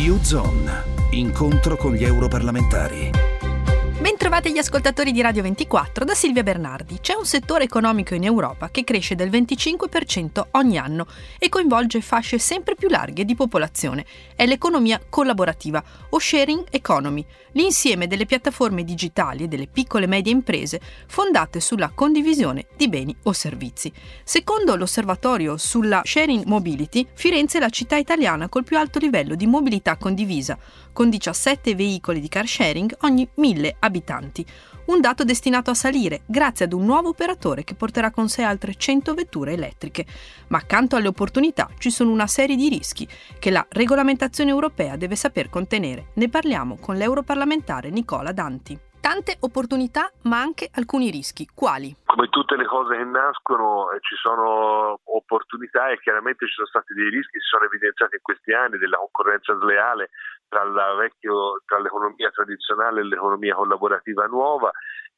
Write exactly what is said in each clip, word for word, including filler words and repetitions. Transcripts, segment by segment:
U-Zone, incontro con gli europarlamentari. Bentrovati gli ascoltatori di Radio ventiquattro da Silvia Bernardi. C'è un settore economico in Europa che cresce del venticinque per cento ogni anno e coinvolge fasce sempre più larghe di popolazione. È l'economia collaborativa o sharing economy, l'insieme delle piattaforme digitali e delle piccole e medie imprese fondate sulla condivisione di beni o servizi. Secondo l'osservatorio sulla sharing mobility, Firenze è la città italiana col più alto livello di mobilità condivisa, con diciassette veicoli di car sharing ogni mille abitanti. Un dato destinato a salire grazie ad un nuovo operatore che porterà con sé altre cento vetture elettriche. Ma accanto alle opportunità ci sono una serie di rischi che la regolamentazione europea deve saper contenere. Ne parliamo con l'europarlamentare Nicola Danti. Tante opportunità, ma anche alcuni rischi. Quali? Come tutte le cose che nascono, eh, ci sono opportunità e chiaramente ci sono stati dei rischi che si sono evidenziati in questi anni, della concorrenza sleale tra, la vecchio, tra l'economia tradizionale e l'economia collaborativa nuova,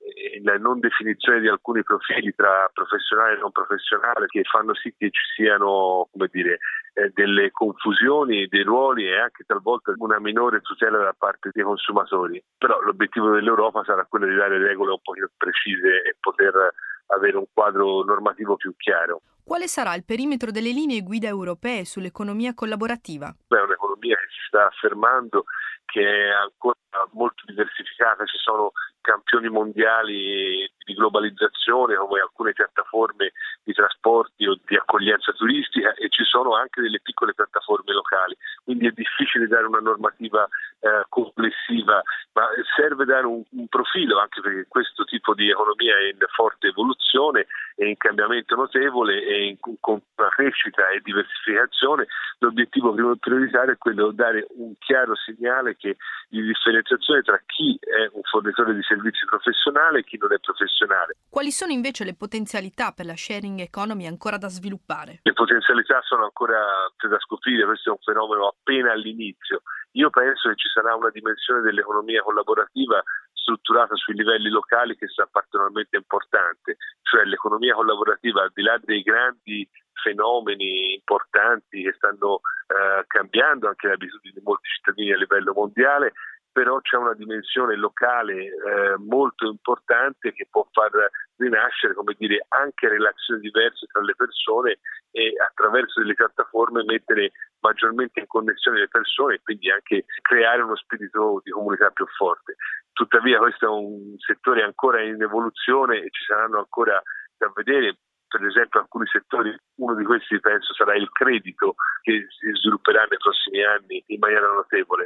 e la non definizione di alcuni profili tra professionale e non professionale che fanno sì che ci siano, come dire, eh, delle confusioni dei ruoli e anche talvolta una minore tutela da parte dei consumatori. Però l'obiettivo dell'Europa sarà quello di dare regole un po' più precise e poter avere un quadro normativo più chiaro. Quale sarà il perimetro delle linee guida europee sull'economia collaborativa? È un'economia che si sta affermando, che è ancora molto diversificata, ci sono campioni mondiali di globalizzazione come alcune piattaforme di trasporti o di accoglienza turistica e ci sono anche delle piccole piattaforme locali, quindi è difficile dare una normativa eh, complessiva, ma serve dare un, un profilo, anche perché questo tipo di economia è in forte evoluzione e in cambiamento notevole e in, con una crescita e diversificazione. L'obiettivo prioritario è quello di dare un chiaro segnale che di differenziazione tra chi è un fornitore di servizi professionale e chi non è professionale. Quali sono invece le potenzialità per la sharing economy ancora da sviluppare? Le potenzialità sono ancora da scoprire, questo è un fenomeno appena all'inizio. Io penso che ci sarà una dimensione dell'economia collaborativa strutturata sui livelli locali che sarà particolarmente importante, cioè l'economia collaborativa, al di là dei grandi fenomeni importanti che stanno eh, cambiando anche le abitudini di molti cittadini a livello mondiale, però c'è una dimensione locale eh, molto importante che può far rinascere, come dire, anche relazioni diverse tra le persone e attraverso delle piattaforme mettere maggiormente in connessione le persone e quindi anche creare uno spirito di comunità più forte. Tuttavia questo è un settore ancora in evoluzione e ci saranno ancora da vedere. Per esempio alcuni settori, uno di questi penso sarà il credito, che si svilupperà nei prossimi anni in maniera notevole.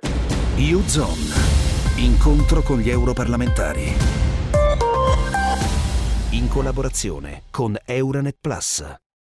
U-Zone, incontro con gli europarlamentari. In collaborazione con Euranet Plus.